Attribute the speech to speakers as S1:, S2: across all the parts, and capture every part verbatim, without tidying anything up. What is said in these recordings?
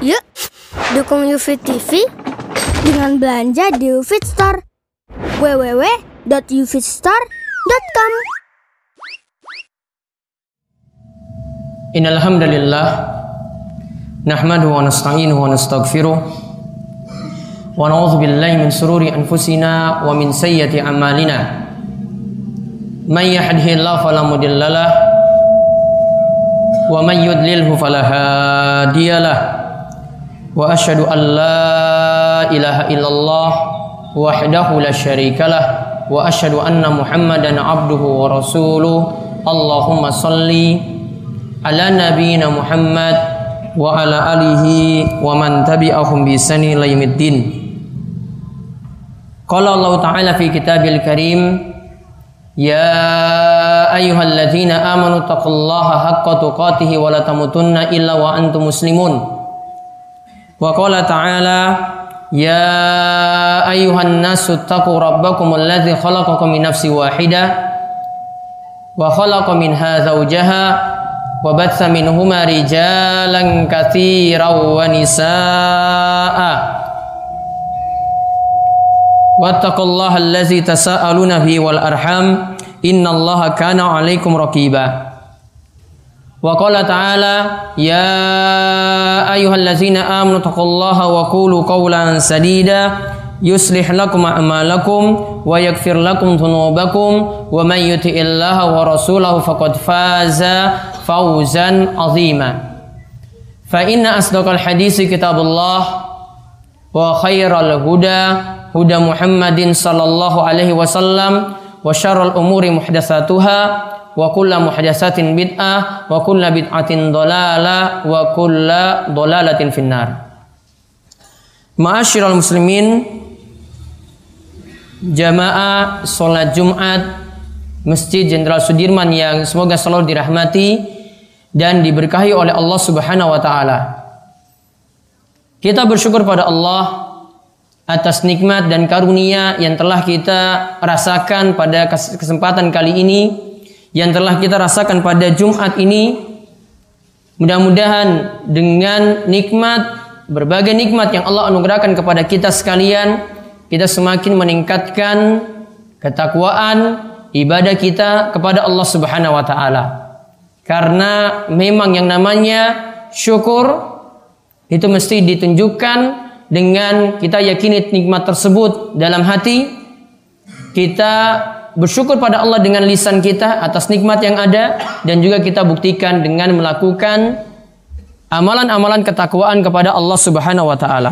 S1: Yuk, dukung UFIT T V dengan belanja di UFIT Store. w w w dot ufitstore dot com.
S2: Innal hamdalillah nahmaduhu wa nasta'inuhu wa nastaghfiruh wa na'udzu billahi min shururi anfusina wa min sayyiati a'malina. May yahdihillahu fala mudhillalah wa may yudlilhu fala hadiyalah. Wa asyhadu an la ilaha illallah wahdahu la syarikalah wa asyhadu anna Muhammadan abduhu wa rasuluh. Allahumma shalli ala nabiyyina Muhammad wa ala alihi wa man tabi'ahum bi ihsani ila yaumiddin. Qala Allah Ta'ala fi kitabil karim, ya ayyuhalladzina amanu taqullaha haqqa tuqatih wa la tamutunna illa wa antum muslimun. Wa qala ta'ala, ya ayyuhan nasu taqu rabbakumul ladzi khalaqakum min nafsin wahidah wa khalaqa minha zawjaha wa batsa minhuma rijalan katsiran wa nisaa'a wattaqullaha allazi tasaaluna bihi wal arham innallaha kana 'alaikum raqiba. Wa qala ta'ala, ya ayyuhallazina amanu taqullaha wa qulu qawlan sadida yuslih lakum a'malakum wa yaghfir lakum dhunubakum wa may yuti'illaha wa rasulahu faqad faza fawzan 'azima. Fa inna asdaqal hadisi kitabullah wa khairal huda huda Muhammadin sallallahu alaihi wasallam wa syarrul umuri muhdatsatuha wa kullu muhdatsatin bid'ah wa kullu bid'atin dhalalah wa kullu dhalalatin finnar. Ma'asyiral muslimin, jamaah salat Jumat Masjid Jenderal Sudirman yang semoga selalu dirahmati dan diberkahi oleh Allah Subhanahu wa taala. Kita bersyukur pada Allah atas nikmat dan karunia yang telah kita rasakan pada kesempatan kali ini, yang telah kita rasakan pada Jumat ini. Mudah-mudahan dengan nikmat, berbagai nikmat yang Allah anugerahkan kepada kita sekalian, kita semakin meningkatkan ketakwaan ibadah kita kepada Allah Subhanahu wa taala. Karena memang yang namanya syukur itu mesti ditunjukkan dengan kita yakini nikmat tersebut dalam hati. Kita bersyukur pada Allah dengan lisan kita atas nikmat yang ada, dan juga kita buktikan dengan melakukan amalan-amalan ketakwaan kepada Allah Subhanahu wa taala.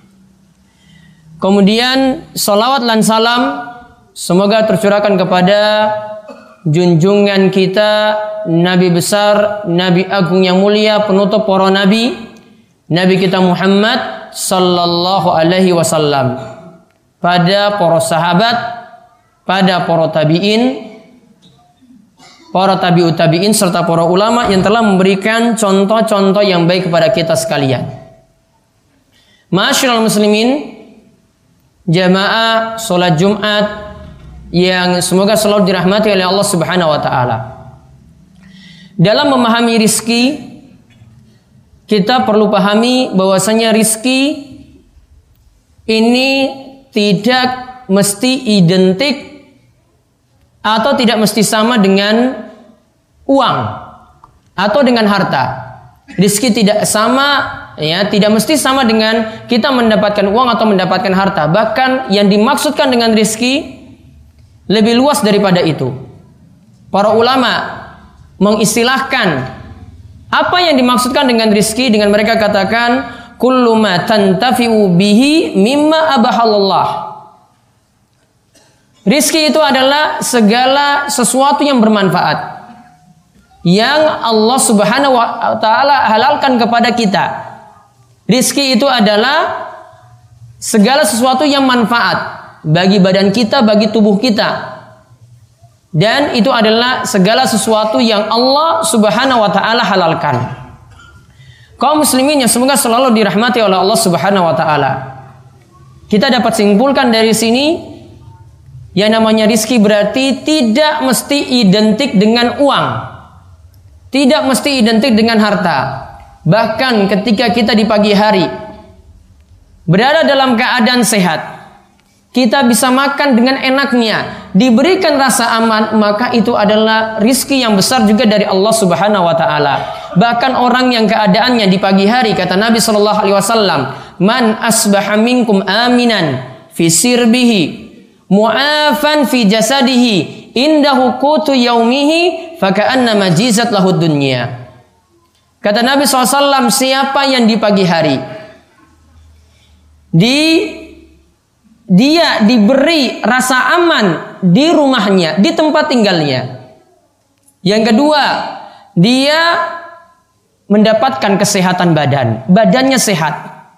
S2: Kemudian salawat dan salam semoga tercurahkan kepada junjungan kita, Nabi besar, Nabi agung yang mulia, penutup para nabi, Nabi kita Muhammad sallallahu alaihi wasallam, pada para sahabat, pada para tabi'in, para tabi'ut tabi'in, serta para ulama yang telah memberikan contoh-contoh yang baik kepada kita sekalian. Ma'asyiral muslimin, jamaah salat Jumat yang semoga selalu dirahmati oleh Allah Subhanahu wa taala. Dalam memahami rizki, kita perlu pahami bahwasanya rizki ini tidak mesti identik atau tidak mesti sama dengan uang atau dengan harta. Rizki tidak sama, ya, tidak mesti sama dengan kita mendapatkan uang atau mendapatkan harta. Bahkan yang dimaksudkan dengan rizki lebih luas daripada itu. Para ulama mengistilahkan apa yang dimaksudkan dengan rizki dengan mereka katakan kullu ma tantafi'u bihi mimma abahallallah. Rizki itu adalah segala sesuatu yang bermanfaat yang Allah Subhanahu wa taala halalkan kepada kita. Rizki itu adalah segala sesuatu yang manfaat bagi badan kita, bagi tubuh kita. Dan itu adalah segala sesuatu yang Allah Subhanahu wa taala halalkan. Kaum muslimin yang semoga selalu dirahmati oleh Allah Subhanahu wa taala. Kita dapat simpulkan dari sini, yang namanya rizki berarti tidak mesti identik dengan uang, tidak mesti identik dengan harta. Bahkan ketika kita di pagi hari berada dalam keadaan sehat, kita bisa makan dengan enaknya, diberikan rasa aman, maka itu adalah rizki yang besar juga dari Allah Subhanahu wa taala. Bahkan orang yang keadaannya di pagi hari, kata Nabi sallallahu alaihi wasallam, "Man asbaha minkum aminan fi sirbihi, mu'afan fi jasadihi, indahu qutu yaumihi, faka'annama jizat lahud dunya." Kata Nabi shallallahu alaihi wasallam, siapa yang di pagi hari di dia diberi rasa aman di rumahnya, di tempat tinggalnya. Yang kedua, dia mendapatkan kesehatan badan, badannya sehat.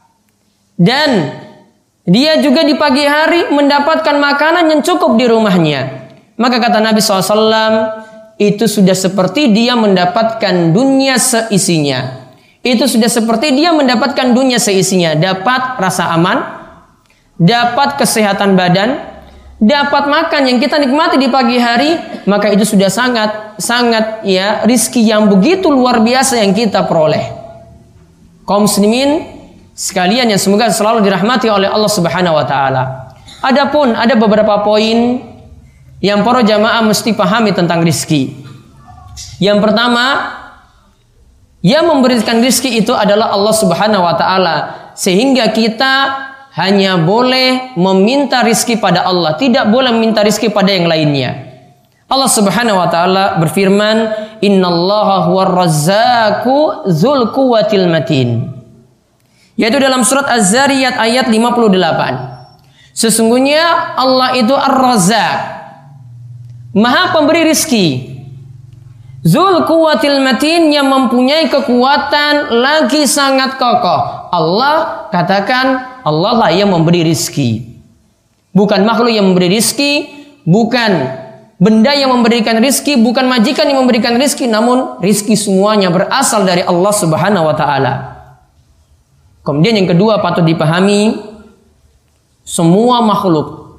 S2: Dan dia juga di pagi hari mendapatkan makanan yang cukup di rumahnya. Maka kata Nabi shallallahu alaihi wasallam, itu sudah seperti dia mendapatkan dunia seisinya. Itu sudah seperti dia mendapatkan dunia seisinya. Dapat rasa aman, dapat kesehatan badan, dapat makan yang kita nikmati di pagi hari, maka itu sudah sangat sangat ya rizki yang begitu luar biasa yang kita peroleh. Kaum muslimin sekalian yang semoga selalu dirahmati oleh Allah Subhanahu wa taala. Adapun ada beberapa poin yang para jamaah mesti pahami tentang rizki. Yang pertama, yang memberikan rizki itu adalah Allah Subhanahu wa taala, sehingga kita hanya boleh meminta rizki pada Allah, tidak boleh meminta rizki pada yang lainnya. Allah Subhanahu wa taala berfirman, "Innallaha huwar razzaqu dzul quwwatil matin." Yaitu dalam surat Az-Zariyat ayat lima puluh delapan. Sesungguhnya Allah itu Ar-Razzaq, Maha pemberi rizki. Dzul quwwatil matin, yang mempunyai kekuatan lagi sangat kokoh. Allah katakan Allah lah yang memberi rizki, bukan makhluk yang memberi rizki, bukan benda yang memberikan rizki, bukan majikan yang memberikan rizki, namun rizki semuanya berasal dari Allah Subhanahu wa taala. Kemudian yang kedua patut dipahami, semua makhluk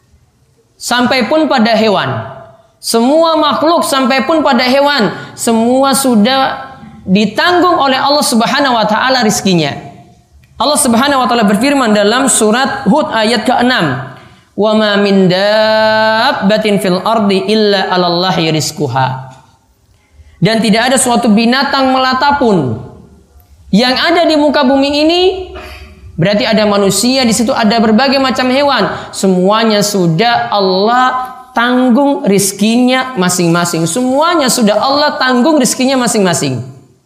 S2: sampai pun pada hewan, semua makhluk sampai pun pada hewan, semua sudah ditanggung oleh Allah Subhanahu wa taala rizkinya. Allah Subhanahu wa taala berfirman dalam surat Hud ayat keenam, "Wa ma min dabbatin fil ardi illa 'alallahi rizquha." Dan tidak ada suatu binatang melata pun yang ada di muka bumi ini, berarti ada manusia di situ, ada berbagai macam hewan, semuanya sudah Allah tanggung rizkinya masing-masing. Semuanya sudah Allah tanggung rizkinya masing-masing.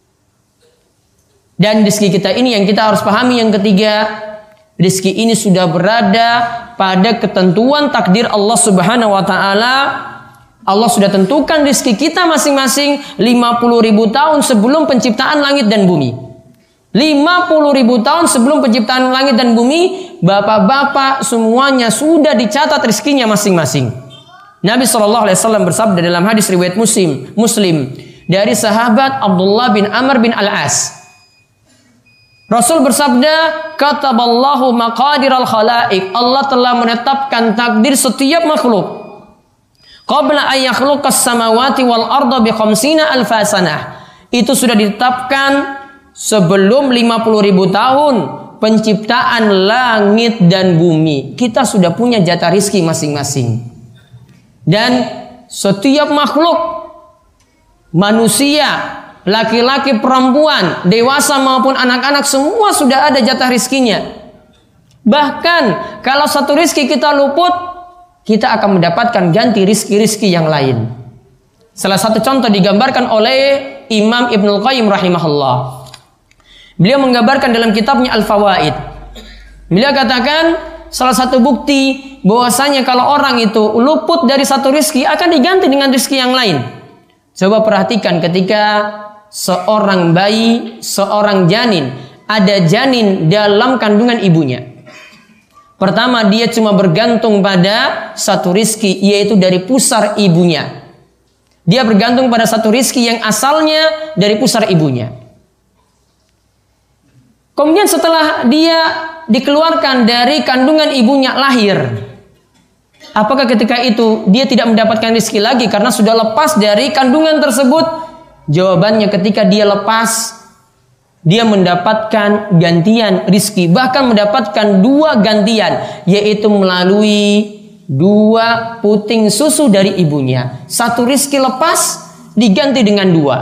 S2: Dan rizki kita ini yang kita harus pahami yang ketiga, rizki ini sudah berada pada ketentuan takdir Allah Subhanahu wa taala. Allah sudah tentukan rizki kita masing-masing lima puluh ribu tahun sebelum penciptaan langit dan bumi. lima puluh ribu tahun sebelum penciptaan langit dan bumi, bapak-bapak semuanya sudah dicatat rizkinya masing-masing. Nabi shallallahu alaihi wasallam bersabda dalam hadis riwayat Muslim, Muslim dari sahabat Abdullah bin Amr bin Al-As. Rasul bersabda, "Kataballahu maqadiral khalaiq." Allah telah menetapkan takdir setiap makhluk. Qabla an yakhluqas samawati wal arda bi khamsina alfa sanah. Itu sudah ditetapkan sebelum lima puluh ribu tahun penciptaan langit dan bumi. Kita sudah punya jatah rizki masing-masing. Dan setiap makhluk, manusia, laki-laki, perempuan, dewasa maupun anak-anak, semua sudah ada jatah rizkinya. Bahkan kalau satu rizki kita luput, kita akan mendapatkan ganti rizki-rizki yang lain. Salah satu contoh digambarkan oleh Imam Ibnul Qayyim rahimahullah. Beliau menggambarkan dalam kitabnya Al-Fawaid. Beliau katakan salah satu bukti bahwasanya kalau orang itu luput dari satu rizki akan diganti dengan rizki yang lain. Coba perhatikan ketika seorang bayi, seorang janin, ada janin dalam kandungan ibunya. Pertama, dia cuma bergantung pada satu rizki, yaitu dari pusar ibunya. Dia bergantung pada satu rizki yang asalnya dari pusar ibunya. Kemudian setelah dia dikeluarkan dari kandungan ibunya, lahir, apakah ketika itu dia tidak mendapatkan rizki lagi karena sudah lepas dari kandungan tersebut? Jawabannya, ketika dia lepas, dia mendapatkan gantian rizki, bahkan mendapatkan dua gantian, yaitu melalui dua puting susu dari ibunya. Satu rizki lepas diganti dengan dua.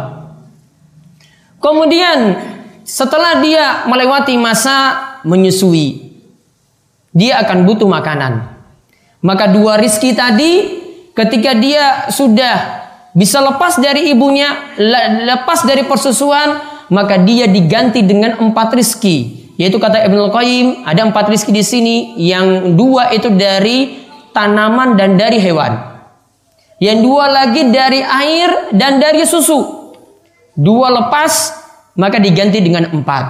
S2: Kemudian setelah dia melewati masa menyusui, dia akan butuh makanan. Maka dua rizki tadi ketika dia sudah bisa lepas dari ibunya, lepas dari persusuan, maka dia diganti dengan empat rizki. Yaitu kata Ibnul Qayyim, ada empat rizki di sini. Yang dua itu dari tanaman dan dari hewan. Yang dua lagi dari air dan dari susu. Dua lepas, maka diganti dengan empat.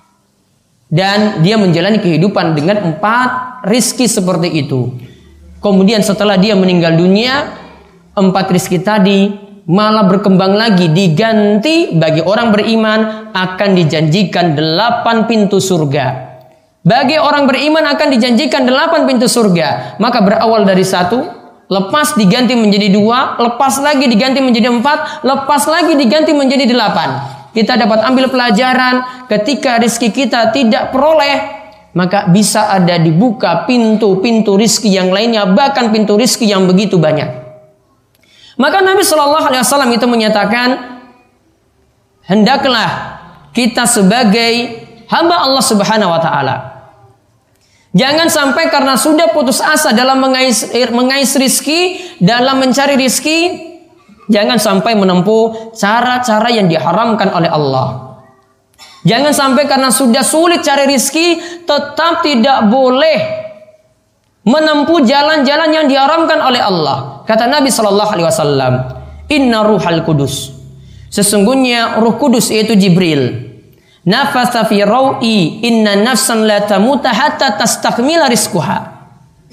S2: Dan dia menjalani kehidupan dengan empat rizki seperti itu. Kemudian setelah dia meninggal dunia, empat rizki tadi malah berkembang lagi, diganti bagi orang beriman akan dijanjikan delapan pintu surga. Bagi orang beriman akan dijanjikan delapan pintu surga. Maka berawal dari satu, lepas diganti menjadi dua, lepas lagi diganti menjadi empat, lepas lagi diganti menjadi delapan. Kita dapat ambil pelajaran ketika rizki kita tidak peroleh, maka bisa ada dibuka pintu-pintu rizki yang lainnya, bahkan pintu rizki yang begitu banyak. Maka Nabi Shallallahu Alaihi Wasallam itu menyatakan, hendaklah kita sebagai hamba Allah Subhanahu Wa Taala, jangan sampai karena sudah putus asa dalam mengais, mengais rizki, dalam mencari rizki, jangan sampai menempuh cara-cara yang diharamkan oleh Allah. Jangan sampai karena sudah sulit cari rizki, tetap tidak boleh menempuh jalan-jalan yang diharamkan oleh Allah. Kata Nabi Shallallahu Alaihi Wasallam, Inna Ruhal Kudus, sesungguhnya Ruh Kudus yaitu Jibril, nafasa fi rawi inna nafsan la tamuta hatta tastakmila rizquha.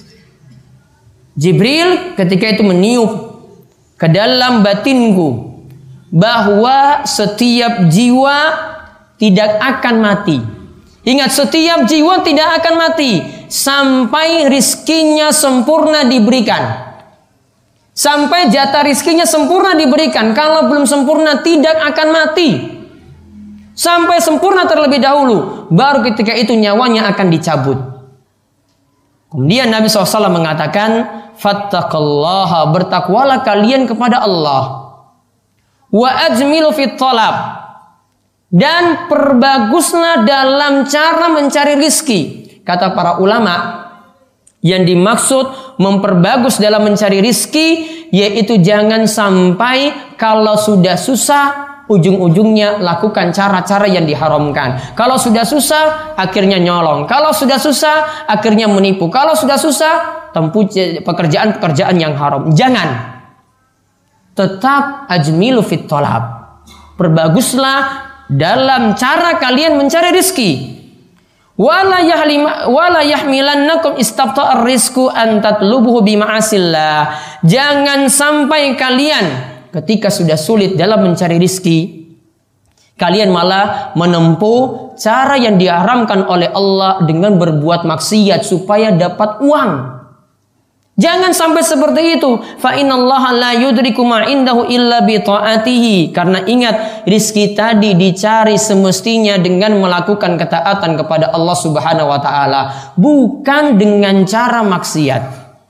S2: Jibril ketika itu meniup ke dalam batinku bahwa setiap jiwa tidak akan mati. Ingat, setiap jiwa tidak akan mati sampai rizkinya sempurna diberikan. Sampai jatah rizkinya sempurna diberikan. Kalau belum sempurna tidak akan mati. Sampai sempurna terlebih dahulu, baru ketika itu nyawanya akan dicabut. Kemudian Nabi shallallahu alaihi wasallam mengatakan, fattaqullaha, bertakwalah kalian kepada Allah. Wa ajmilu fit talab, dan perbaguslah dalam cara mencari rizki. Kata para ulama, yang dimaksud memperbagus dalam mencari rizki, yaitu jangan sampai kalau sudah susah, ujung-ujungnya lakukan cara-cara yang diharamkan. Kalau sudah susah, akhirnya nyolong. Kalau sudah susah, akhirnya menipu. Kalau sudah susah, tempuh pekerjaan-pekerjaan yang haram. Jangan. Tetap ajmilu fit talab. Perbaguslah dalam cara kalian mencari rizki. Wala yahlima wala yahmilannakum istabta'ar rizqu an tatlubuhu bima'asillah. Jangan sampai kalian ketika sudah sulit dalam mencari rizki, kalian malah menempuh cara yang diharamkan oleh Allah dengan berbuat maksiat supaya dapat uang. Jangan sampai seperti itu. Fa innallaha la yudriku ma indahu illa bi ta'atihi. Karena ingat, rizki tadi dicari semestinya dengan melakukan ketaatan kepada Allah Subhanahu wa taala, bukan dengan cara maksiat.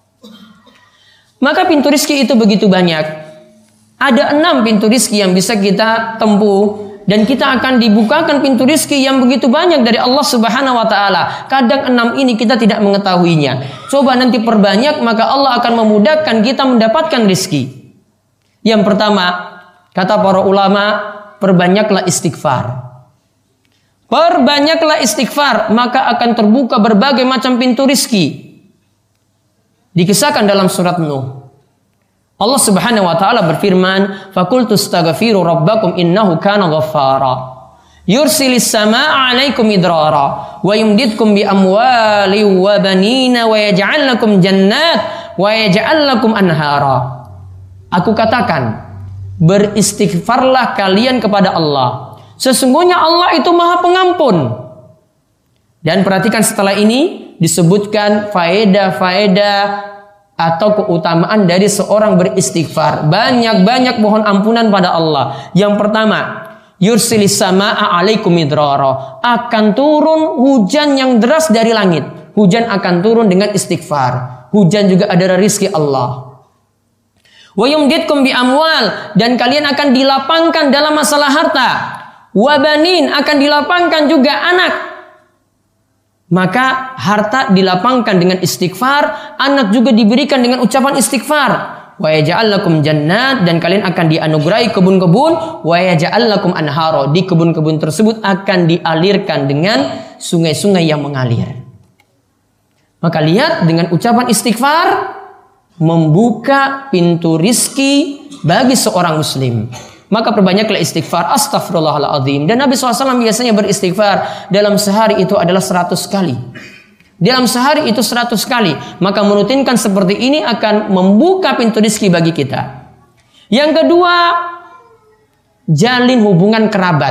S2: Maka pintu rizki itu begitu banyak. Ada enam pintu rizki yang bisa kita tempuh, dan kita akan dibukakan pintu rizki yang begitu banyak dari Allah Subhanahu wa taala. Kadang enam ini kita tidak mengetahuinya. Coba nanti perbanyak, maka Allah akan memudahkan kita mendapatkan rizki. Yang pertama, kata para ulama, perbanyaklah istighfar. Perbanyaklah istighfar, maka akan terbuka berbagai macam pintu rizki. Dikisahkan dalam surat Nuh. Allah Subhanahu wa taala berfirman, "Faqultu astaghfiru rabbakum innahu kana ghaffara. Yursilis samaa'a 'alaikum idrara wa yumdidkum bi amwali wa banina wa yaj'al lakum jannat wa yaj'al lakum anhara." Aku katakan, beristighfarlah kalian kepada Allah. Sesungguhnya Allah itu Maha Pengampun. Dan perhatikan setelah ini disebutkan faedah-faedah atau keutamaan dari seorang beristighfar. Banyak-banyak mohon ampunan pada Allah. Yang pertama, Yursilis samaa 'alaikum midrara. Akan turun hujan yang deras dari langit. Hujan akan turun dengan istighfar. Hujan juga adalah rizki Allah. Wa yumditkum bi amwal, dan kalian akan dilapangkan dalam masalah harta. Wa banin, akan dilapangkan juga anak. Maka harta dilapangkan dengan istighfar, anak juga diberikan dengan ucapan istighfar. Wa yaj'al lakum jannat, dan kalian akan dianugerahi kebun-kebun. Wa yaj'al lakum anhara, di kebun-kebun tersebut akan dialirkan dengan sungai-sungai yang mengalir. Maka lihat, dengan ucapan istighfar membuka pintu rizki bagi seorang muslim. Maka perbanyaklah istighfar, astaghfirullahaladzim. Dan Nabi shallallahu alaihi wasallam biasanya beristighfar dalam sehari itu adalah seratus kali. Dalam sehari itu seratus kali. Maka merutinkan seperti ini akan membuka pintu rizki bagi kita. Yang kedua, jalin hubungan kerabat.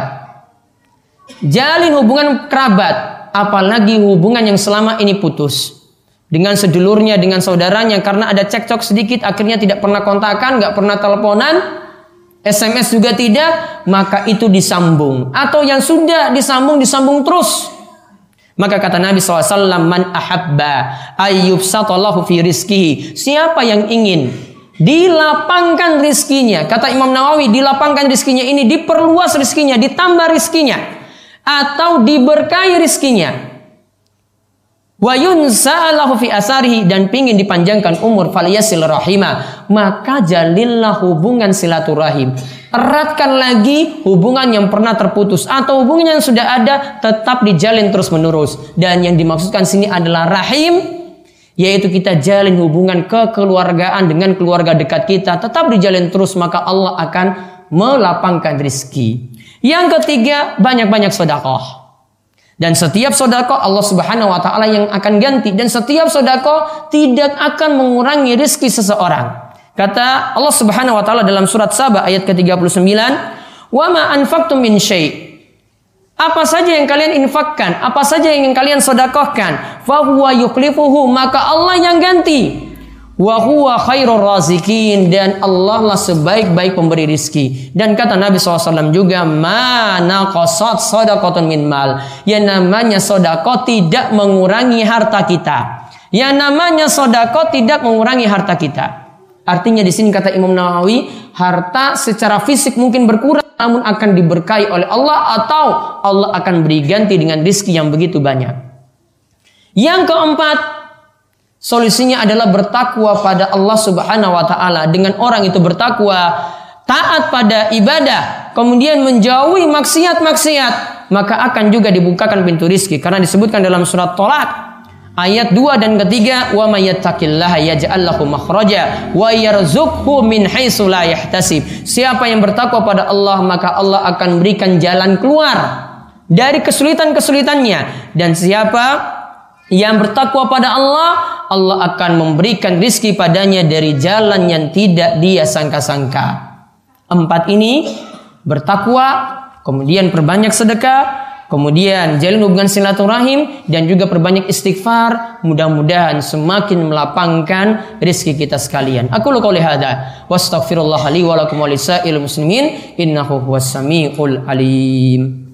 S2: Jalin hubungan kerabat, apalagi hubungan yang selama ini putus. Dengan sedulurnya, dengan saudaranya, karena ada cekcok sedikit, akhirnya tidak pernah kontakan, gak pernah teleponan, S M S juga tidak, maka itu disambung. Atau yang sudah disambung, disambung terus. Maka kata Nabi shallallahu alaihi wasallam, man ahabba ayyubsatallahu fi rizkihi. Siapa yang ingin dilapangkan rizkinya, kata Imam Nawawi, dilapangkan rizkinya ini, diperluas rizkinya, ditambah rizkinya, atau diberkahi rizkinya, wa yunsa'alahu fi asarihi, dan pingin dipanjangkan umur, falyasil rahimah, maka jalinlah hubungan silaturahim. Eratkan lagi hubungan yang pernah terputus, atau hubungan yang sudah ada tetap dijalin terus menerus. Dan yang dimaksudkan sini adalah rahim, yaitu kita jalin hubungan kekeluargaan dengan keluarga dekat kita, tetap dijalin terus, maka Allah akan melapangkan rizki. Yang ketiga, banyak-banyak sedekah. Dan setiap sedekah Allah Subhanahu wa taala yang akan ganti, dan setiap sedekah tidak akan mengurangi rizki seseorang. Kata Allah Subhanahu wa taala dalam surat Saba ayat ke tiga puluh sembilan, "Wa ma anfaqtum min syai'." Apa saja yang kalian infakkan, apa saja yang kalian sedekahkan, fa huwa yukhlifuhu, maka Allah yang ganti. Wa huwa khairur razikin, dan Allah lah sebaik-baik pemberi rizki. Dan kata Nabi shallallahu alaihi wasallam juga, ma naqasat shadaqatun min mal. Yang namanya sedekah tidak mengurangi harta kita. Yang namanya sedekah tidak mengurangi harta kita. Artinya di sini kata Imam Nawawi, harta secara fisik mungkin berkurang, namun akan diberkahi oleh Allah, atau Allah akan beri ganti dengan rizki yang begitu banyak. Yang keempat, solusinya adalah bertakwa pada Allah Subhanahu wa taala. Dengan orang itu bertakwa, taat pada ibadah, kemudian menjauhi maksiat-maksiat, maka akan juga dibukakan pintu rizki. Karena disebutkan dalam surat Tolak ayat dua dan ketiga, wa may yattaqillaha yaj'al lahu makhraja wa yarzuqhu min haitsu la yahtasib. Siapa yang bertakwa pada Allah, maka Allah akan berikan jalan keluar dari kesulitan-kesulitannya. Dan siapa yang bertakwa pada Allah, Allah akan memberikan rizki padanya dari jalan yang tidak dia sangka-sangka. Empat ini, bertakwa, kemudian perbanyak sedekah, kemudian jalin hubungan silaturahim, dan juga perbanyak istighfar. Mudah-mudahan semakin melapangkan rizki kita sekalian. Aku lu qouli hadza wastaghfirullah li wa lakum wa lisa'il muslimin innahu huwas samiul alim.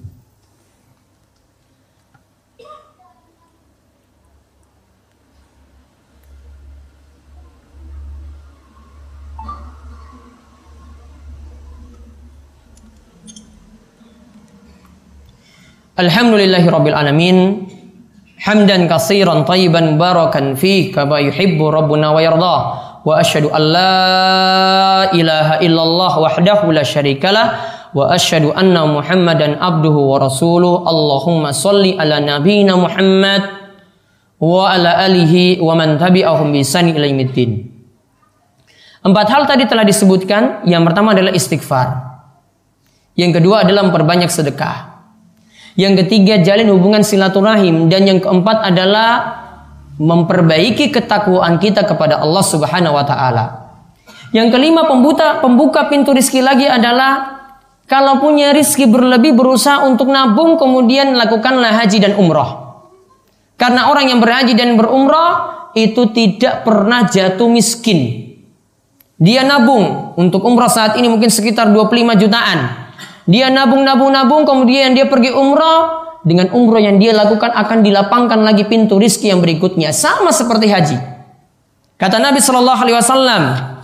S2: Alhamdulillahi rabbil alamin, hamdan katsiran thayyiban mubarakan fihi kama yuhibbu rabbuna wa yarda. Wa asyhadu an la ilaha illallah wahdahu la syarikalah, wa asyhadu anna Muhammadan abduhu wa rasuluh. Allahumma shalli ala nabiyyina Muhammad wa ala alihi wa man tabi'ahum bi ihsan ila yaumiddin. Empat hal tadi telah disebutkan. Yang pertama adalah istighfar. Yang kedua adalah memperbanyak sedekah. Yang ketiga, jalin hubungan silaturahim. Dan yang keempat adalah memperbaiki ketakwaan kita kepada Allah Subhanahu wa taala. Yang kelima, pembuka, pembuka pintu rizki lagi adalah kalau punya rizki berlebih, berusaha untuk nabung, kemudian lakukanlah haji dan umrah. Karena orang yang berhaji dan berumrah itu tidak pernah jatuh miskin. Dia nabung untuk umrah saat ini mungkin sekitar dua puluh lima jutaan. Dia nabung-nabung-nabung, kemudian dia pergi umrah. Dengan umrah yang dia lakukan akan dilapangkan lagi pintu rizki yang berikutnya. Sama seperti haji. Kata Nabi Shallallahu Alaihi Wasallam,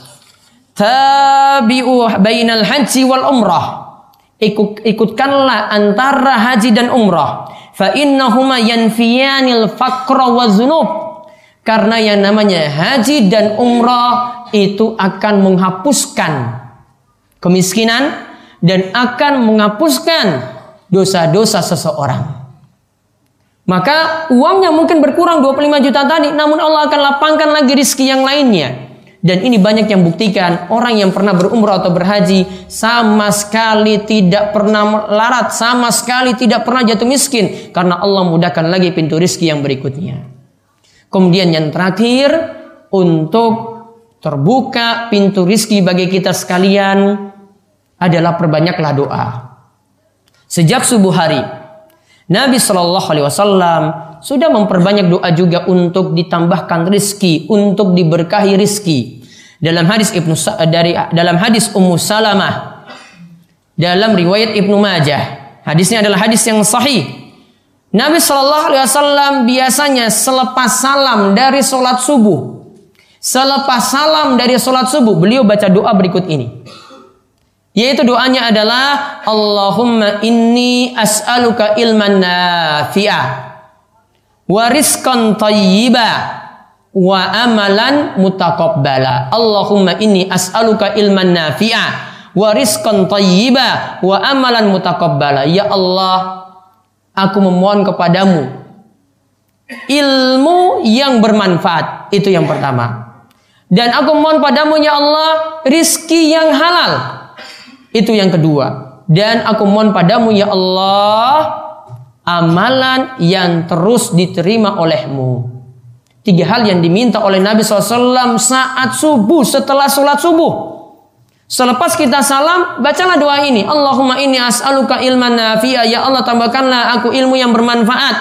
S2: tabi'u bainal haji wal umrah. Ikut, ikutkanlah antara haji dan umrah. Fa innahuma yanfiyanil faqra wa dzunub. Karena yang namanya haji dan umrah itu akan menghapuskan kemiskinan dan akan menghapuskan dosa-dosa seseorang. Maka uangnya mungkin berkurang dua puluh lima juta tadi, namun Allah akan lapangkan lagi rizki yang lainnya. Dan ini banyak yang buktikan orang yang pernah berumrah atau berhaji sama sekali tidak pernah melarat, sama sekali tidak pernah jatuh miskin, karena Allah mudahkan lagi pintu rizki yang berikutnya. Kemudian yang terakhir, untuk terbuka pintu rizki bagi kita sekalian adalah perbanyaklah doa. Sejak subuh hari, Nabi Shallallahu Alaihi Wasallam sudah memperbanyak doa juga untuk ditambahkan rizki, untuk diberkahi rizki. Dalam hadis Ibnu dari dalam hadis Ummu Salamah, dalam riwayat Ibnu Majah, hadisnya adalah hadis yang sahih. Nabi Shallallahu Alaihi Wasallam biasanya selepas salam dari sholat subuh, selepas salam dari sholat subuh, beliau baca doa berikut ini. Yaitu doanya adalah Allahumma inni as'aluka ilman nafi'ah wa rizqan thayyiba wa amalan mutaqabbala. Allahumma inni as'aluka ilman nafi'ah wa rizqan thayyiba wa amalan mutaqabbala. Ya Allah, aku memohon kepadamu ilmu yang bermanfaat, itu yang pertama. Dan aku memohon padamu ya Allah rizki yang halal, itu yang kedua. Dan aku mohon padamu ya Allah amalan yang terus diterima olehmu. Tiga hal yang diminta oleh Nabi shallallahu alaihi wasallam saat subuh, setelah sholat subuh. Selepas kita salam, bacalah doa ini. Allahumma inni as'aluka ilman nafi'ah. Ya Allah, tambahkanlah aku ilmu yang bermanfaat.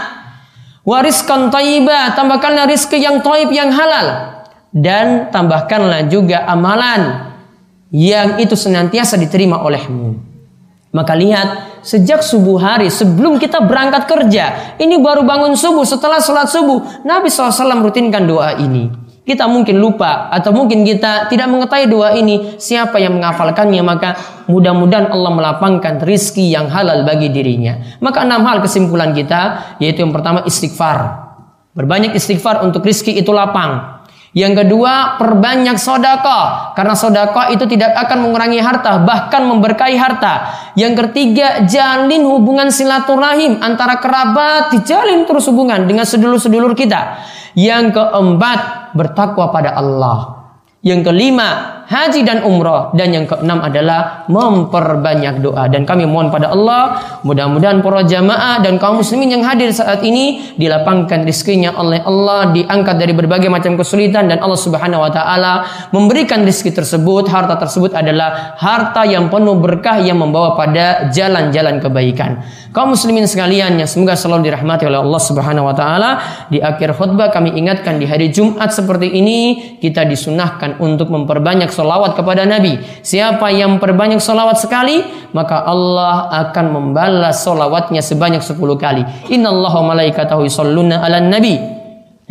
S2: Wa rizqan thayyiba, tambahkanlah rizki yang thayyib, yang halal. Dan tambahkanlah juga amalan yang itu senantiasa diterima olehmu. Maka lihat, sejak subuh hari sebelum kita berangkat kerja, ini baru bangun subuh, setelah sholat subuh, Nabi shallallahu alaihi wasallam rutinkan doa ini. Kita mungkin lupa atau mungkin kita tidak mengetahui doa ini. Siapa yang menghafalkannya, maka mudah-mudahan Allah melapangkan rizki yang halal bagi dirinya. Maka enam hal kesimpulan kita, yaitu yang pertama istighfar. Berbanyak istighfar untuk rizki itu lapang. Yang kedua, perbanyak sedekah, karena sedekah itu tidak akan mengurangi harta, bahkan memberkahi harta. Yang ketiga, jalin hubungan silaturahim antara kerabat, dijalin terus hubungan dengan sedulur-sedulur kita. Yang keempat, bertakwa pada Allah. Yang kelima, haji dan umrah. Dan yang keenam adalah memperbanyak doa. Dan kami mohon pada Allah, mudah-mudahan para jamaah dan kaum muslimin yang hadir saat ini dilapangkan rizkinya oleh Allah, diangkat dari berbagai macam kesulitan, dan Allah subhanahu wa ta'ala memberikan rizki tersebut. Harta tersebut adalah harta yang penuh berkah, yang membawa pada jalan-jalan kebaikan. Kaum muslimin sekalian yang semoga selalu dirahmati oleh Allah subhanahu wa ta'ala, di akhir khutbah kami ingatkan, di hari Jumat seperti ini kita disunahkan untuk memperbanyak sholawat kepada Nabi. Siapa yang perbanyak sholawat sekali, maka Allah akan membalas sholawatnya sebanyak sepuluh kali. Innallaha wa malaikatahu yusholluna 'alan nabi.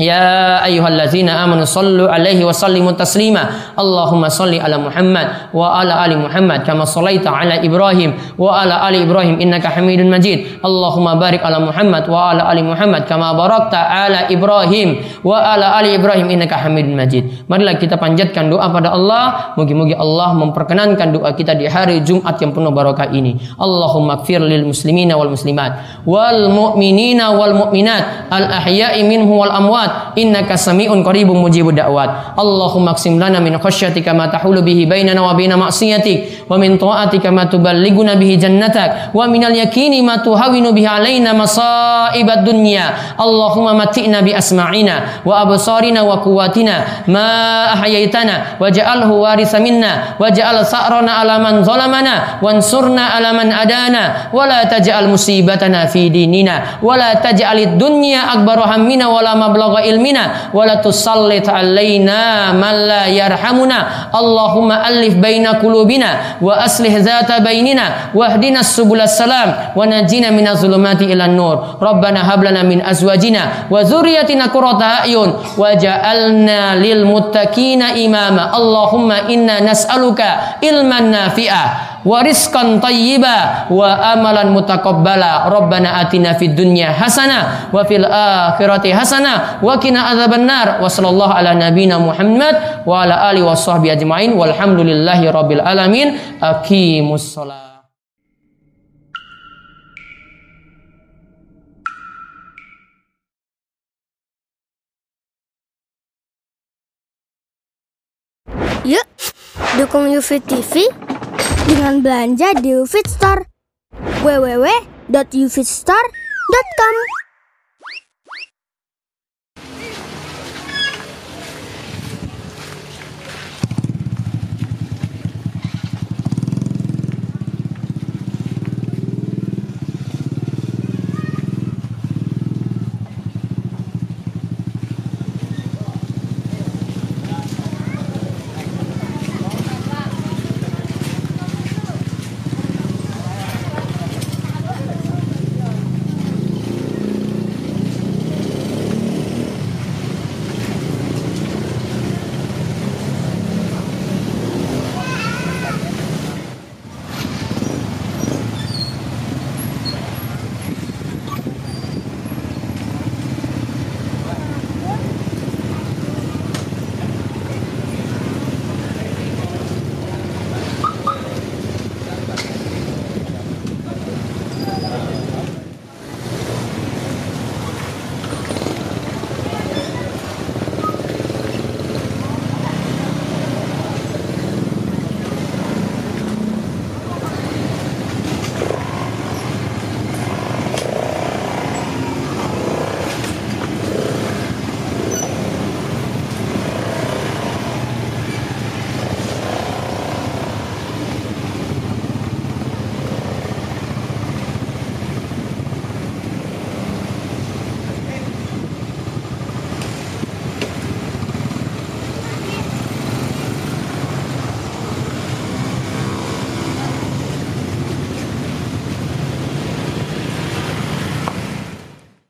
S2: Ya ayyuhallazina amanu sallu alaihi wa sallimu taslima. Allahumma salli ala Muhammad wa ala ali Muhammad kama sallaita ala Ibrahim wa ala ali Ibrahim innaka Hamidun Majid. Allahumma barik ala Muhammad wa ala ali Muhammad kama barakta ala Ibrahim wa ala ali Ibrahim innaka Hamidun Majid. Marilah kita panjatkan doa pada Allah, mugi-mugi Allah memperkenankan doa kita di hari Jumat yang penuh barakah ini. Allahumma ighfir lil muslimina wal muslimat wal mu'minina wal mu'minat al ahya'i minhum wal amwat innaka sami'un qaribun mujibud da'wat. Allahumma aqsim lana min khasyatika ma tahulu bihi bainana wa baina ma'siyatik, wa min ta'atika ma tuballighuna bihi jannatak, wa minal yaqini ma tuhawinu bihi alaina masa'ibad dunya. Allahumma matti'na bi asma'ina wa absarina wa quwwatina ma ahyaitana waj'alhu waritha minna waj'al sa'rana 'ala man zalamana wansurna 'ala man adana wa la taj'al musibatana fi dinina wa la taj'alid dunya akbar hammina wa la mablagha wa ilmina wa la tusallit alaina man la yarhamuna. Allahumma alif baina qulubina wa aslih dzata bainina wahdina subulas salam wa najina minaz zulumati ilan nur. Rabbana hab lana min azwajina wa dzurriyyatina qurrata a'yun waj'alna lil muttaqina imama. Allahumma inna nas'aluka ilman nafi'a wa rizqan thayyiba wa amalan mutaqabbala. Rabbana atina fid dunya hasanah wa fil akhirati hasanah wa qina adzabannar. Wa sallallahu ala nabiyyina Muhammad wa ala alihi washabbihi ajmain walhamdulillahi rabbil alamin. Aqimus shalah.
S1: Yuk, dukung UFIT T V dengan belanja di UFIT Store. w w w dot ufitstore dot com